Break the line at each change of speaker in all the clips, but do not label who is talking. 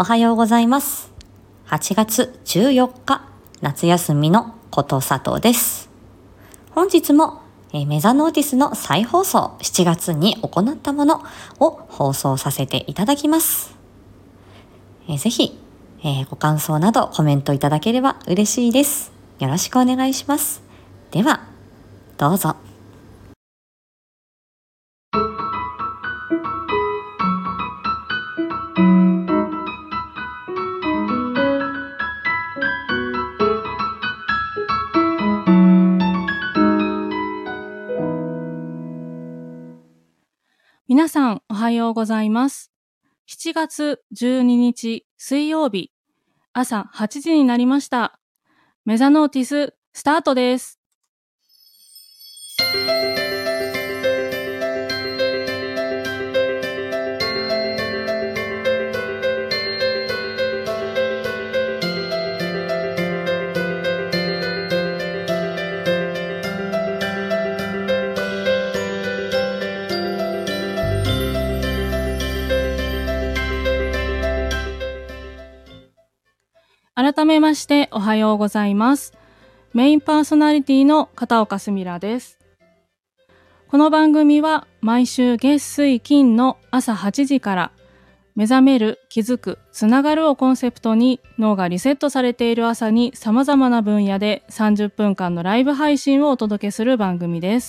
おはようございます。8月14日、夏休みのことさとです。本日もメザノーティスの再放送、7月に行ったものを放送させていただきます。ぜひ、ご感想などコメントいただければ嬉しいです。よろしくお願いします。では、どうぞ。
皆さんおはようございます。7月12日水曜日朝8時になりました。メザノーティススタートです。改めましておはようございます。メインパーソナリティの片岡すみらです。この番組は毎週月水金の朝8時から目覚める、気づく、つながるをコンセプトに脳がリセットされている朝に様々な分野で30分間のライブ配信をお届けする番組です。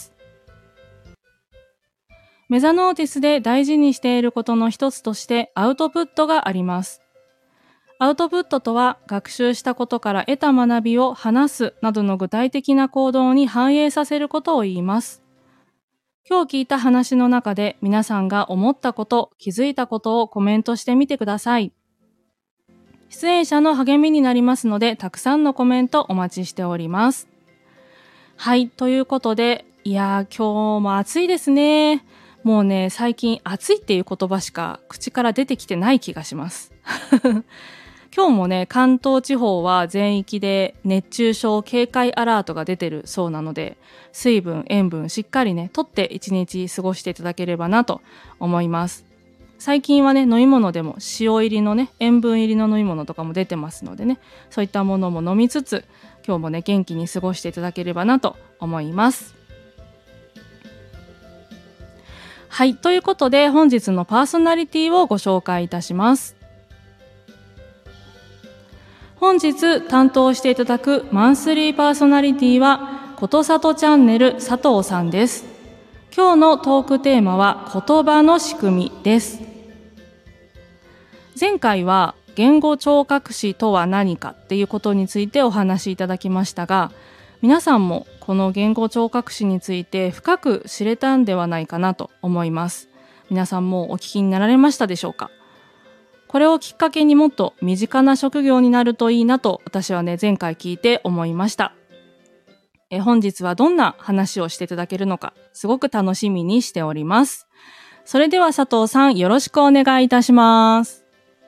メザノーティスで大事にしていることの一つとしてアウトプットがあります。アウトプットとは学習したことから得た学びを話すなどの具体的な行動に反映させることを言います。今日聞いた話の中で皆さんが思ったこと、気づいたことをコメントしてみてください。出演者の励みになりますので、たくさんのコメントお待ちしております。はい、ということで、今日も暑いですね。もうね、最近暑いっていう言葉しか口から出てきてない気がします。今日もね、関東地方は全域で熱中症警戒アラートが出てるそうなので、水分、塩分しっかりね、とって一日過ごしていただければなと思います。最近はね、飲み物でも塩入りのね、塩分入りの飲み物とかも出てますのでね、そういったものも飲みつつ、今日もね、元気に過ごしていただければなと思います。はい、ということで本日のパーソナリティをご紹介いたします。本日担当していただくマンスリーパーソナリティはことさとチャンネル佐藤さんです。今日のトークテーマは言葉の仕組みです。前回は言語聴覚士とは何かっていうことについてお話しいただきましたが、皆さんもこの言語聴覚士について深く知れたんではないかなと思います。皆さんもお聞きになられましたでしょうか？これをきっかけにもっと身近な職業になるといいなと私はね、前回聞いて思いました。本日はどんな話をしていただけるのかすごく楽しみにしております。それでは佐藤さん、よろしくお願いいたします。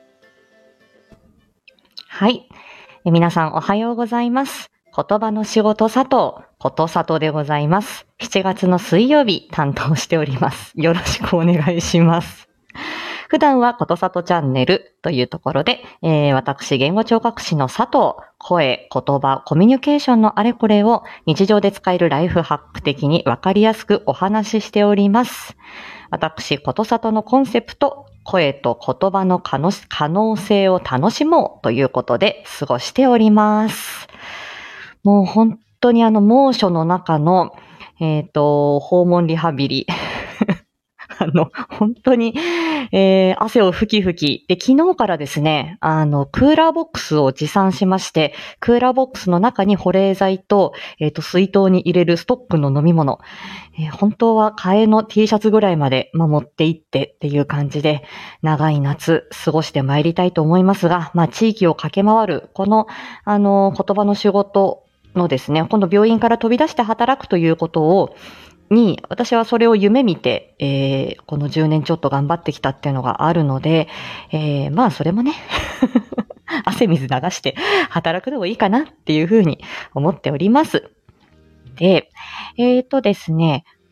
はい。皆さんおはようございます。言葉の仕事佐藤、ことさとでございます。7月の水曜日担当しております。よろしくお願いします。普段はことさとチャンネルというところで、私、言語聴覚士の佐藤、声、言葉、コミュニケーションのあれこれを日常で使えるライフハック的にわかりやすくお話ししております。私、ことさとのコンセプト、声と言葉の可能性を楽しもうということで過ごしております。もう本当に猛暑の中の、訪問リハビリ。本当に、汗をふきふき。で、昨日からですね、クーラーボックスを持参しまして、クーラーボックスの中に保冷剤と、水筒に入れるストックの飲み物。本当は替えの T シャツぐらいまで、持って行ってっていう感じで、長い夏過ごしてまいりたいと思いますが、地域を駆け回る、この、言葉の仕事のですね、今度病院から飛び出して働くということを、私はそれを夢見て、この10年ちょっと頑張ってきたっていうのがあるので、それもね、汗水流して働くのもいいかなっていうふうに思っております。で、ですね、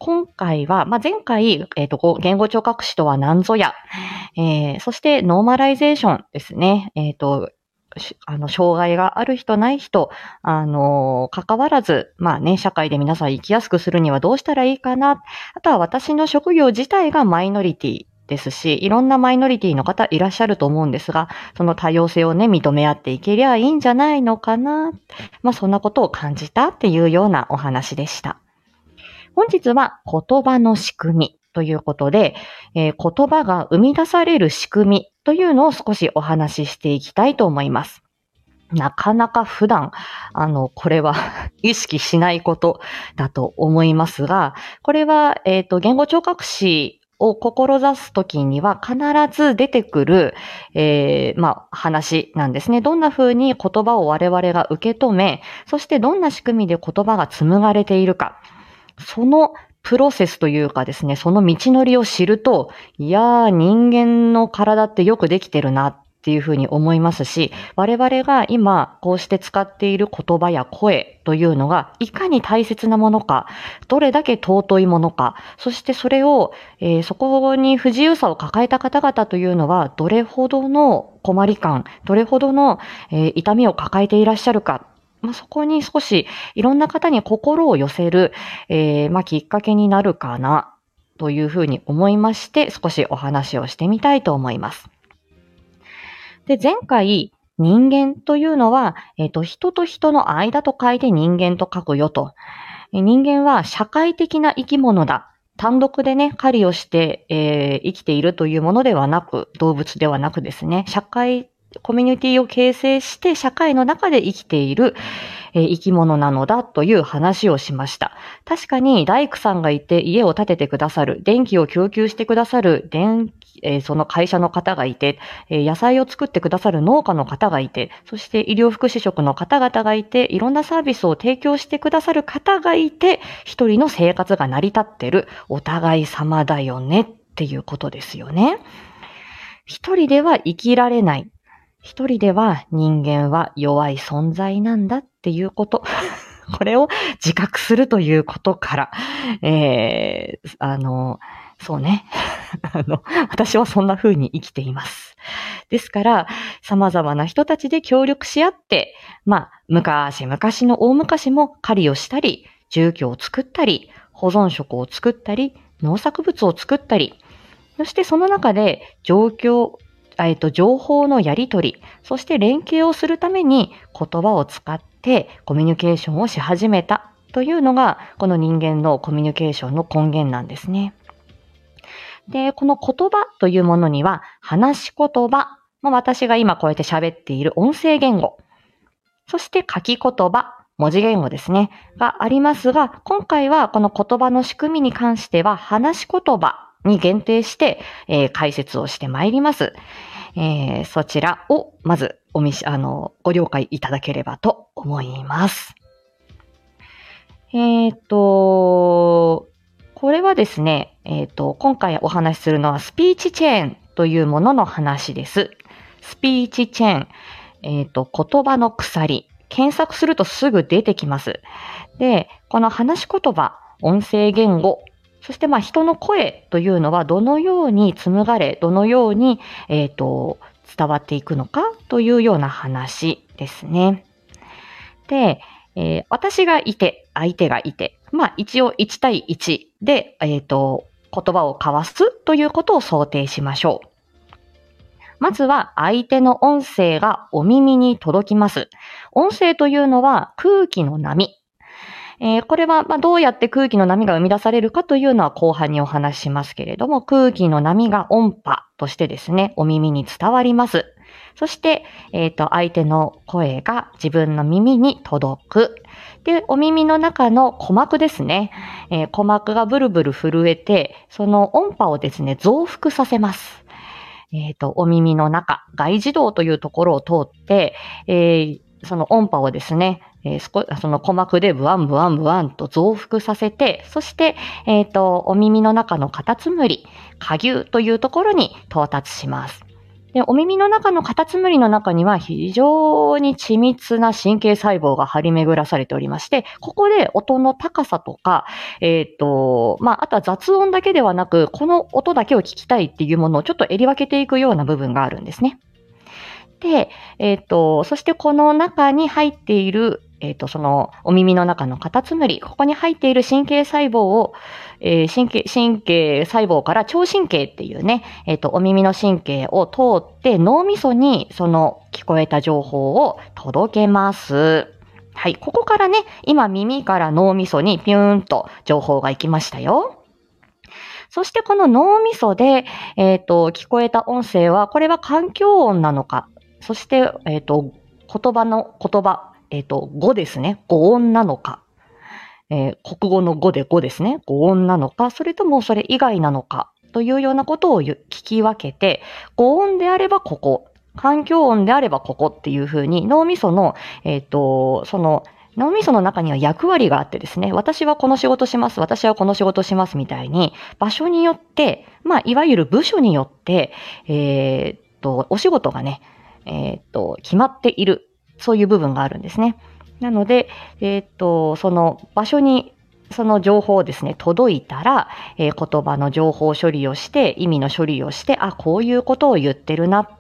今回は、前回、言語聴覚士とは何ぞや、そしてノーマライゼーションですね。障害がある人ない人、関わらず、社会で皆さん生きやすくするにはどうしたらいいかな。あとは私の職業自体がマイノリティですし、いろんなマイノリティの方いらっしゃると思うんですが、その多様性をね、認め合っていけりゃいいんじゃないのかな。そんなことを感じたっていうようなお話でした。本日は言葉の仕組みということで、言葉が生み出される仕組みというのを少しお話ししていきたいと思います。なかなか普段、これは意識しないことだと思いますが、これは、言語聴覚士を志すときには必ず出てくる、話なんですね。どんな風に言葉を我々が受け止め、そしてどんな仕組みで言葉が紡がれているか。そのプロセスというかですね、その道のりを知ると、いやー、人間の体ってよくできてるなっていうふうに思いますし、我々が今こうして使っている言葉や声というのがいかに大切なものか、どれだけ尊いものか、そしてそれを、そこに不自由さを抱えた方々というのは、どれほどの困り感、どれほどの、痛みを抱えていらっしゃるか、そこに少しいろんな方に心を寄せる、きっかけになるかなというふうに思いまして、少しお話をしてみたいと思います。で、前回、人間というのは、人と人の間と書いて人間と書くよと。人間は社会的な生き物だ。単独でね、狩りをして、生きているというものではなく、動物ではなくですね、コミュニティを形成して社会の中で生きている、生き物なのだという話をしました。確かに大工さんがいて家を建ててくださる、電気を供給してくださるその会社の方がいて、野菜を作ってくださる農家の方がいて、そして医療福祉職の方々がいて、いろんなサービスを提供してくださる方がいて、一人の生活が成り立ってるお互い様だよねっていうことですよね。一人では生きられない。一人では人間は弱い存在なんだっていうこと。これを自覚するということから、そうね。私はそんな風に生きています。ですから、様々な人たちで協力し合って、昔々の大昔も狩りをしたり、住居を作ったり、保存食を作ったり、農作物を作ったり、そしてその中で情報のやり取り、そして連携をするために言葉を使ってコミュニケーションをし始めたというのが、この人間のコミュニケーションの根源なんですね。で、この言葉というものには、話し言葉、私が今こうやって喋っている音声言語、そして書き言葉、文字言語ですね、がありますが、今回はこの言葉の仕組みに関しては、話し言葉に限定して、解説をしてまいります。そちらをまずご了解いただければと思います。これはですね、今回お話しするのはスピーチチェーンというものの話です。スピーチチェーン、言葉の鎖。検索するとすぐ出てきます。で、この話し言葉、音声言語、そして人の声というのはどのように紡がれ、どのように、伝わっていくのかというような話ですね。で、私がいて、相手がいて、一応1対1で、言葉を交わすということを想定しましょう。まずは相手の音声がお耳に届きます。音声というのは空気の波。これはどうやって空気の波が生み出されるかというのは後半にお話ししますけれども、空気の波が音波としてですね、お耳に伝わります。そして、相手の声が自分の耳に届く。で、お耳の中の鼓膜ですね。鼓膜がブルブル震えて、その音波をですね、増幅させます。お耳の中、外耳道というところを通って、その音波をですね、その鼓膜でブワンブワンブワンと増幅させて、そして、お耳の中のカタツムリ、蝸牛というところに到達します。 で、お耳の中のカタツムリの中には非常に緻密な神経細胞が張り巡らされておりまして、ここで音の高さとか、あとは雑音だけではなく、この音だけを聞きたいっていうものをちょっと襟分けていくような部分があるんですね。で、そしてこの中に入っている、そのお耳の中のカタツムリ、ここに入っている神経細胞を、神経細胞から聴神経っていうね、お耳の神経を通って脳みそにその聞こえた情報を届けます。はい、ここからね、今耳から脳みそにピューンと情報が行きましたよ。そしてこの脳みそで、聞こえた音声は、これは環境音なのか、そして、言葉、語ですね。語音なのか。国語の語で語ですね。語音なのか、それともそれ以外なのか、というようなことを聞き分けて、語音であればここ、環境音であればここっていうふうに、脳みその、脳みその中には役割があってですね、私はこの仕事します、私はこの仕事しますみたいに、場所によって、いわゆる部署によって、お仕事がね、決まっている、そういう部分があるんですね。なので、その場所にその情報をですね、届いたら、言葉の情報処理をして、意味の処理をして、あ、こういうことを言ってるなって、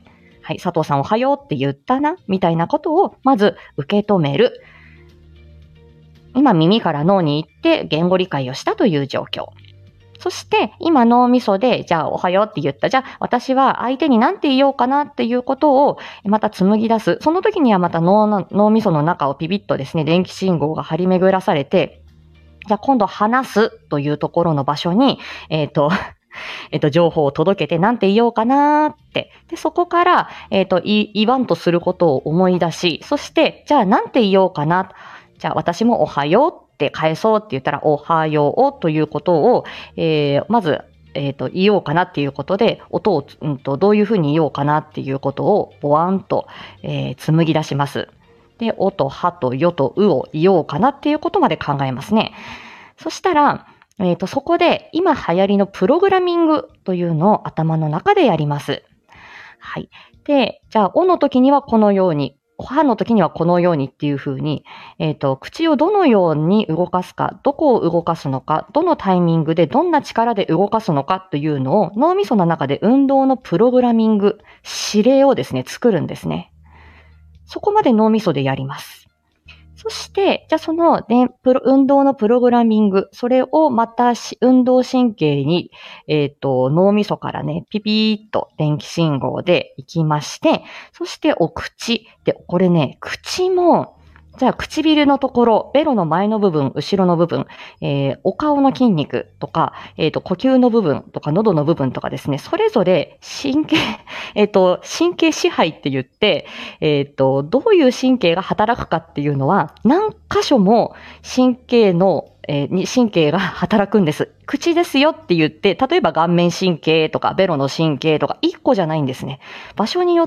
はい、佐藤さんおはようって言ったな、みたいなことをまず受け止める。今耳から脳に行って言語理解をしたという状況。そして今脳みそで、じゃあおはようって言った。じゃあ私は相手に何て言おうかなっていうことをまた紡ぎ出す。その時にはまた脳みその中をピピッとですね、電気信号が張り巡らされて、じゃあ今度話すというところの場所に、情報を届けて何て言おうかなって。で、そこから、言わんとすることを思い出し、そして、じゃあ何て言おうかな。じゃあ私もおはようって返そうって言ったら、おはようということを、まず、言おうかなっていうことで、音を、どういうふうに言おうかなっていうことを、ボワンと、紡ぎ出します。で、おとはとよとうを言おうかなっていうことまで考えますね。そしたら、そこで今流行りのプログラミングというのを頭の中でやります。はい。で、じゃあ、おの時にはこのように、はの時にはこのようにっていう風に、口をどのように動かすか、どこを動かすのか、どのタイミングでどんな力で動かすのかというのを脳みその中で運動のプログラミング、指令をですね、作るんですね。そこまで脳みそでやります。そして、じゃあその、運動のプログラミング、それをまた運動神経に、脳みそからね、ピピーっと電気信号で行きまして、そしてお口。で、これね、口も、じゃあ唇のところ、ベロの前の部分、後ろの部分、お顔の筋肉とか、呼吸の部分とか、喉の部分とかですね、それぞれ神経支配って言って、どういう神経が働くかっていうのは、何箇所も神経が働くんです。口ですよって言って、例えば顔面神経とかベロの神経とか1個じゃないんですね。場所によって、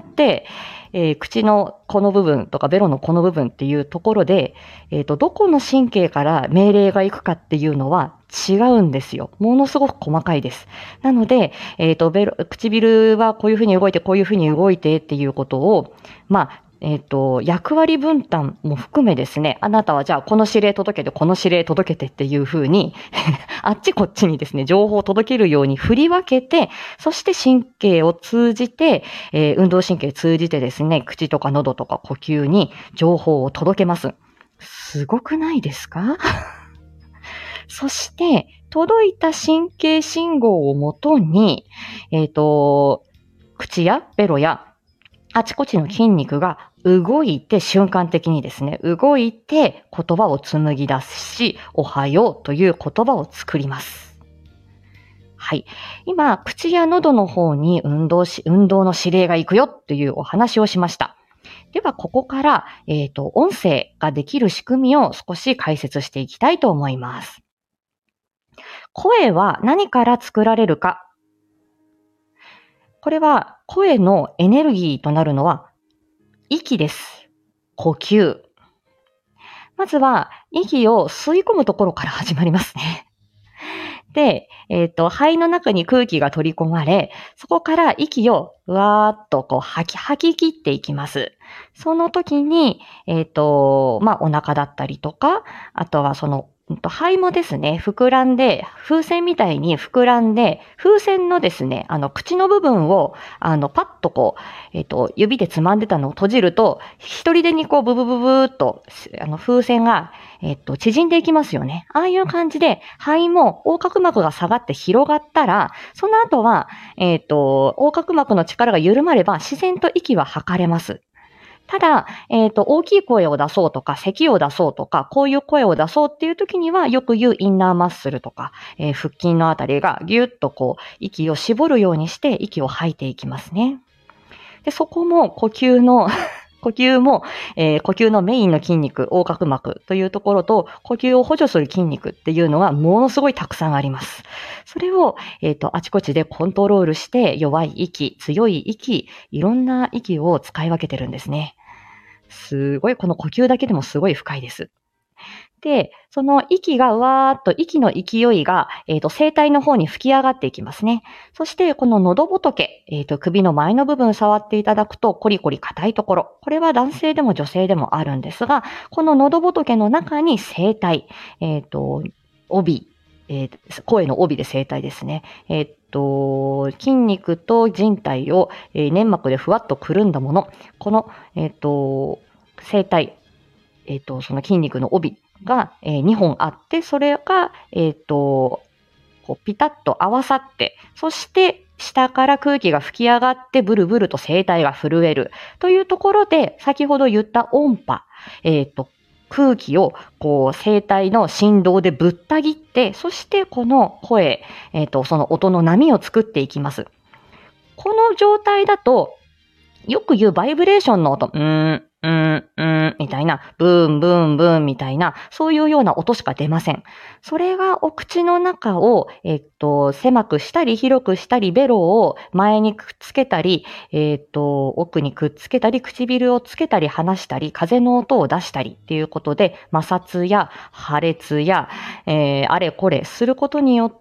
口のこの部分とかベロのこの部分っていうところで、どこの神経から命令が行くかっていうのは違うんですよ。ものすごく細かいです。なので、唇はこういうふうに動いて、こういうふうに動いてっていうことを、役割分担も含めですね、あなたはじゃあこの指令届けて、この指令届けてっていうふうに、あっちこっちにですね、情報を届けるように振り分けて、そして神経を通じて、運動神経通じてですね、口とか喉とか呼吸に情報を届けます。すごくないですか？そして、届いた神経信号をもとに、口やベロやあちこちの筋肉が動いて瞬間的にですね、動いて言葉を紡ぎ出し、おはようという言葉を作ります。はい。今、口や喉の方に運動の指令が行くよというお話をしました。では、ここから、音声ができる仕組みを少し解説していきたいと思います。声は何から作られるか。これは声のエネルギーとなるのは息です。呼吸。まずは息を吸い込むところから始まりますね。 で、肺の中に空気が取り込まれ、そこから息をうわーっとこう吐き切っていきます。その時に、お腹だったりとか、あとは肺もですね、膨らんで、風船みたいに膨らんで、風船のですね、口の部分を、パッとこう、指でつまんでたのを閉じると、一人でにこう、ブブブブーっと、風船が、縮んでいきますよね。ああいう感じで、肺も横隔膜が下がって広がったら、その後は、横隔膜の力が緩まれば、自然と息は吐かれます。ただ、大きい声を出そうとか、咳を出そうとか、こういう声を出そうっていう時には、よく言うインナーマッスルとか、腹筋のあたりがぎゅっとこう、息を絞るようにして息を吐いていきますね。で、そこも呼吸の呼吸も、呼吸のメインの筋肉、横隔膜というところと、呼吸を補助する筋肉っていうのがものすごいたくさんあります。それを、あちこちでコントロールして、弱い息、強い息、いろんな息を使い分けてるんですね。すごい、この呼吸だけでもすごい深いです。で、その息がわーっと、息の勢いが、声帯の方に吹き上がっていきますね。そして、この喉仏、首の前の部分触っていただくと、コリコリ硬いところ。これは男性でも女性でもあるんですが、この喉仏の中に声帯、帯、声の帯で声帯ですね。筋肉と人体を、粘膜でふわっとくるんだもの。この、声帯、その筋肉の帯が、2本あって、それが、こうピタッと合わさって、そして下から空気が吹き上がってブルブルと声帯が震えるというところで、先ほど言った音波、空気をこう声帯の振動でぶった切って、そしてこの声、その音の波を作っていきます。この状態だと、よく言うバイブレーションの音、みたいな、ブーン、ブーン、ブーンみたいな、そういうような音しか出ません。それがお口の中を、狭くしたり、広くしたり、ベロを前にくっつけたり、奥にくっつけたり、唇をつけたり、離したり、風の音を出したりっていうことで、摩擦や破裂や、あれこれすることによって、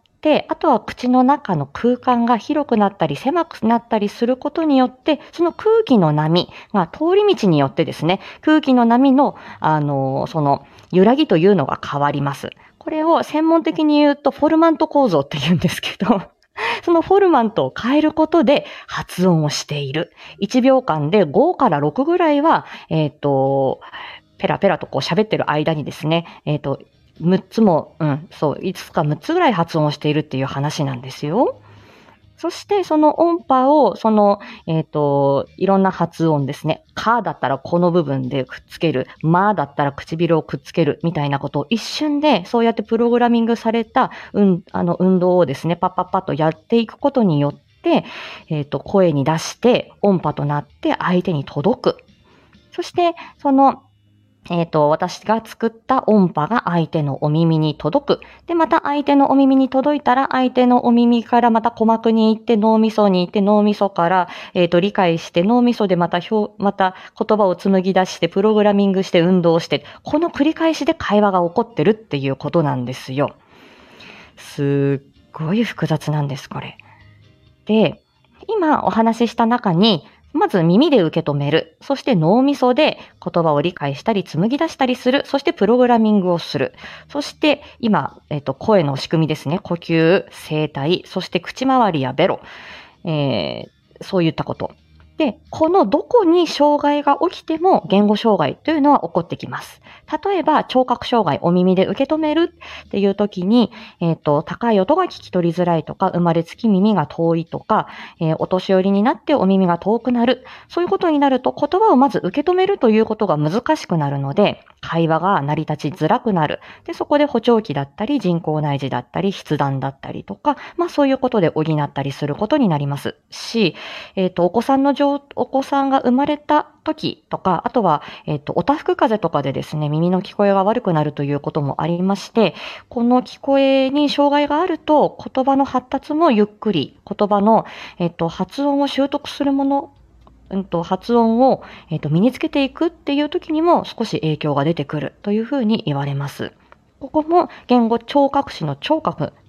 あとは口の中の空間が広くなったり狭くなったりすることによって、その空気の波が通り道によってですね、空気の波の、その揺らぎというのが変わります。これを専門的に言うとフォルマント構造って言うんですけど、そのフォルマントを変えることで発音をしている。1秒間で5から6ぐらいは、ペラペラとこう喋ってる間にですね、6つも、5つか6つぐらい発音をしているっていう話なんですよ。そして、その音波を、いろんな発音ですね。かだったらこの部分でくっつける。まだったら唇をくっつける。みたいなことを一瞬で、そうやってプログラミングされた、運動をですね、パッパッパッとやっていくことによって、声に出して音波となって相手に届く。そして、私が作った音波が相手のお耳に届く。で、また相手のお耳に届いたら、相手のお耳からまた鼓膜に行って脳みそに行って、脳みそから、理解して、脳みそでまた言葉を紡ぎ出して、プログラミングして運動して、この繰り返しで会話が起こってるっていうことなんですよ。すっごい複雑なんです、これ。で、今お話しした中に、まず耳で受け止める。そして脳みそで言葉を理解したり紡ぎ出したりする。そしてプログラミングをする。そして今、声の仕組みですね。呼吸、声帯、そして口周りやベロ。そういったこと。で、このどこに障害が起きても言語障害というのは起こってきます。例えば、聴覚障害、お耳で受け止めるっていう時に、高い音が聞き取りづらいとか、生まれつき耳が遠いとか、お年寄りになってお耳が遠くなる。そういうことになると、言葉をまず受け止めるということが難しくなるので、会話が成り立ちづらくなる。で、そこで補聴器だったり、人工内耳だったり、筆談だったりとか、そういうことで補ったりすることになりますし、お子さんが生まれた時とか、あとは、おたふく風邪とかでですね、耳の聞こえが悪くなるということもありまして、この聞こえに障害があると、言葉の発達もゆっくり、言葉の、発音を習得するもの、発音を、身につけていくっていう時にも少し影響が出てくるというふうに言われます。ここも言語聴覚士の聴覚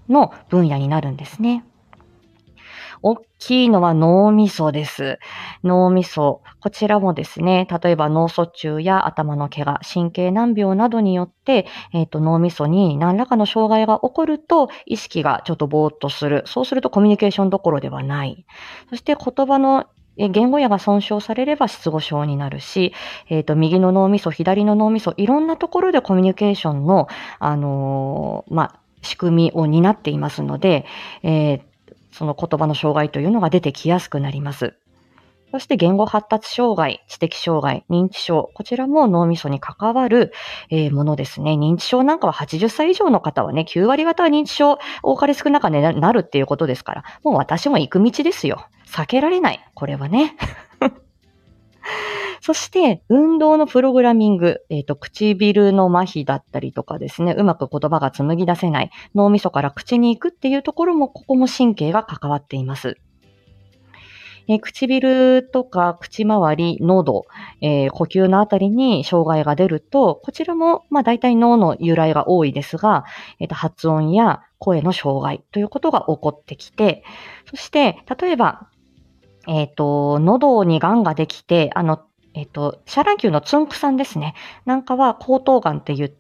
の分野になるんですね。大きいのは脳みそです。脳みそ。こちらもですね、例えば脳卒中や頭の怪我、神経難病などによって、脳みそに何らかの障害が起こると、意識がちょっとぼーっとする。そうするとコミュニケーションどころではない。そして言葉の言語野が損傷されれば失語症になるし、右の脳みそ、左の脳みそ、いろんなところでコミュニケーションの、仕組みを担っていますので、その言葉の障害というのが出てきやすくなります。そして言語発達障害、知的障害、認知症、こちらも脳みそに関わる、ものですね。認知症なんかは80歳以上の方はね、9割方は認知症、多かれ少なかれなるっていうことですから、もう私も行く道ですよ。避けられない。これはね。そして、運動のプログラミング、唇の麻痺だったりとかですね、うまく言葉が紡ぎ出せない、脳みそから口に行くっていうところも、ここも神経が関わっています。唇とか口周り、喉、呼吸のあたりに障害が出ると、こちらも、大体脳の由来が多いですが、発音や声の障害ということが起こってきて、そして、例えば、喉に癌ができて、シャランキューのつんくさんですね。なんかは、喉頭癌って言って、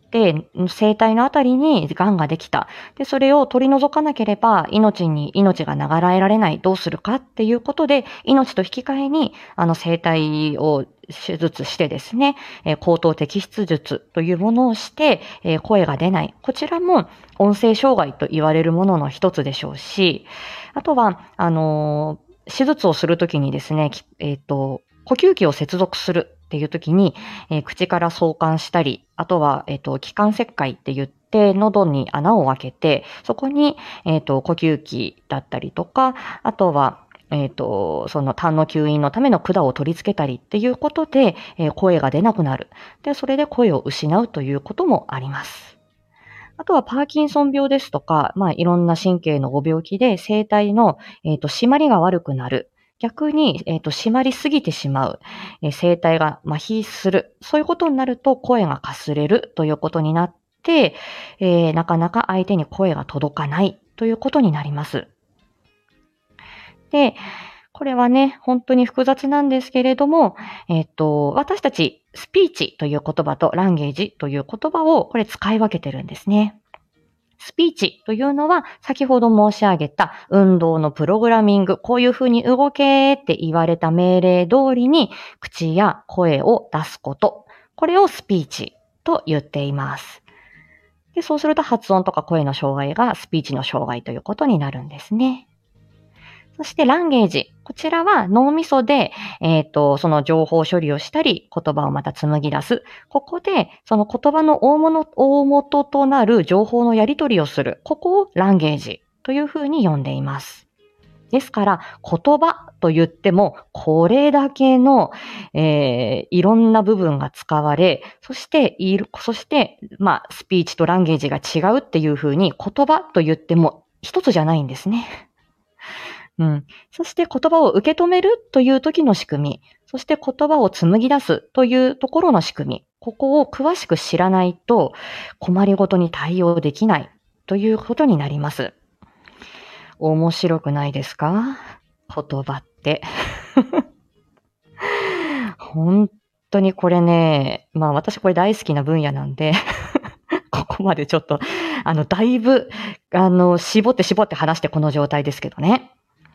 声帯のあたりに癌ができた。で、それを取り除かなければ、命が流らえられない。どうするかっていうことで、命と引き換えに、声帯を手術してですね、喉頭摘出術というものをして、声が出ない。こちらも音声障害と言われるものの一つでしょうし、あとは、手術をするときにですね、呼吸器を接続するっていうときに、口から挿管したり、あとは、気管切開って言って、喉に穴を開けて、そこに、呼吸器だったりとか、あとは、その痰の吸引のための管を取り付けたりっていうことで、声が出なくなる。で、それで声を失うということもあります。あとはパーキンソン病ですとか、いろんな神経のご病気で声帯の、締まりが悪くなる。逆に、締まりすぎてしまう。声帯が麻痺する。そういうことになると声がかすれるということになって、なかなか相手に声が届かないということになります。で、これはね、本当に複雑なんですけれども、私たちスピーチという言葉とランゲージという言葉をこれ使い分けてるんですね。スピーチというのは先ほど申し上げた運動のプログラミング、こういうふうに動けって言われた命令通りに口や声を出すこと。これをスピーチと言っています。で、そうすると発音とか声の障害がスピーチの障害ということになるんですね。そしてランゲージ。こちらは脳みそで、その情報処理をしたり、言葉をまた紡ぎ出す。ここで、その言葉の大元となる情報のやり取りをする。ここをランゲージというふうに呼んでいます。ですから、言葉と言っても、これだけの、いろんな部分が使われ、そして、スピーチとランゲージが違うっていうふうに、言葉と言っても一つじゃないんですね。そして言葉を受け止めるという時の仕組み、そして言葉を紡ぎ出すというところの仕組み、ここを詳しく知らないと困りごとに対応できないということになります。面白くないですか？言葉って。本当にこれね、私これ大好きな分野なんで、ここまでちょっと、だいぶ、絞って話してこの状態ですけどね。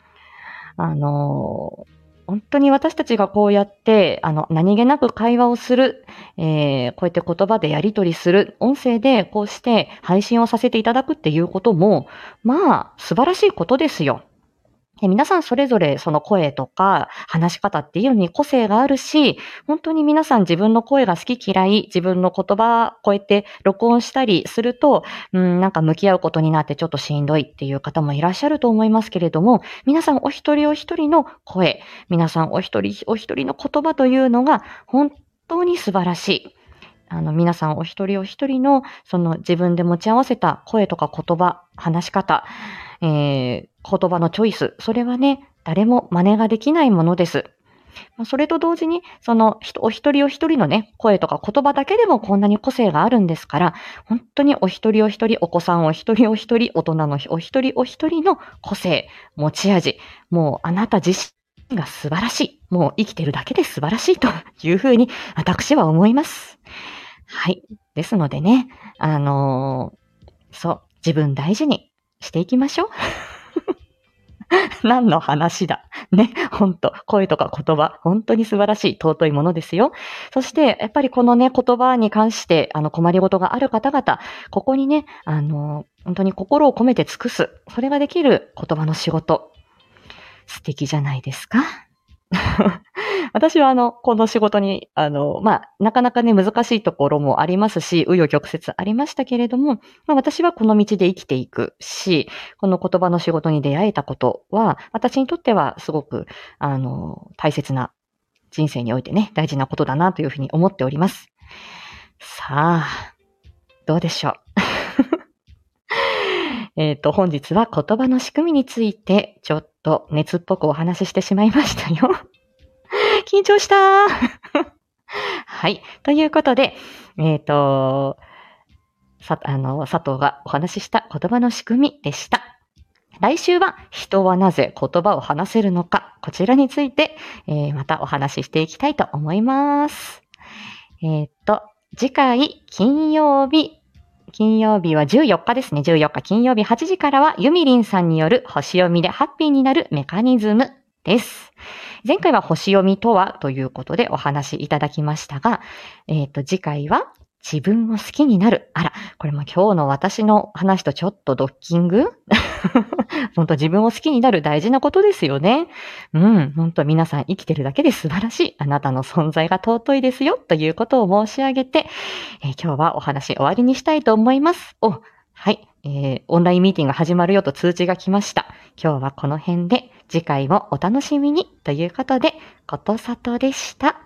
本当に私たちがこうやって、何気なく会話をする、こうやって言葉でやり取りする、音声でこうして配信をさせていただくっていうことも、素晴らしいことですよ。皆さんそれぞれその声とか話し方っていうのに個性があるし、本当に皆さん自分の声が好き嫌い、自分の言葉こうやって録音したりすると、なんか向き合うことになってちょっとしんどいっていう方もいらっしゃると思いますけれども、皆さんお一人お一人の声、皆さんお一人お一人の言葉というのが本当に素晴らしい。皆さんお一人お一人のその自分で持ち合わせた声とか言葉、話し方、言葉のチョイス、それはね、誰も真似ができないものです。 それと同時に、そのお一人お一人のね、声とか言葉だけでもこんなに個性があるんですから、本当にお一人お一人、お子さんお一人お一人、大人のお一人お一人の個性、持ち味、もうあなた自身が素晴らしい。もう生きてるだけで素晴らしいというふうに私は思います。はい。ですのでね、自分大事にしていきましょう。何の話だ。ね、本当声とか言葉、本当に素晴らしい、尊いものですよ。そして、やっぱりこのね、言葉に関して、困りごとがある方々、ここにね、本当に心を込めて尽くす。それができる言葉の仕事。素敵じゃないですか。私はこの仕事に、なかなかね、難しいところもありますし、紆余曲折ありましたけれども、私はこの道で生きていくし、この言葉の仕事に出会えたことは、私にとってはすごく、大切な人生においてね、大事なことだなというふうに思っております。さあ、どうでしょう。本日は言葉の仕組みについて、ちょっと熱っぽくお話ししてしまいましたよ。緊張したはい。ということで、佐藤がお話しした言葉の仕組みでした。来週は人はなぜ言葉を話せるのか、こちらについて、またお話ししていきたいと思います。次回金曜日は14日ですね。14日金曜日8時からはゆみりんさんによる星読みでハッピーになるメカニズムです。前回は星読みとはということでお話いただきましたが、次回は自分を好きになる。あら、これも今日の私の話とちょっとドッキング本当自分を好きになる大事なことですよね。本当皆さん生きてるだけで素晴らしい。あなたの存在が尊いですよ。ということを申し上げて、今日はお話終わりにしたいと思います。はい、オンラインミーティングが始まるよと通知が来ました。今日はこの辺で次回もお楽しみにということで、ことさとでした。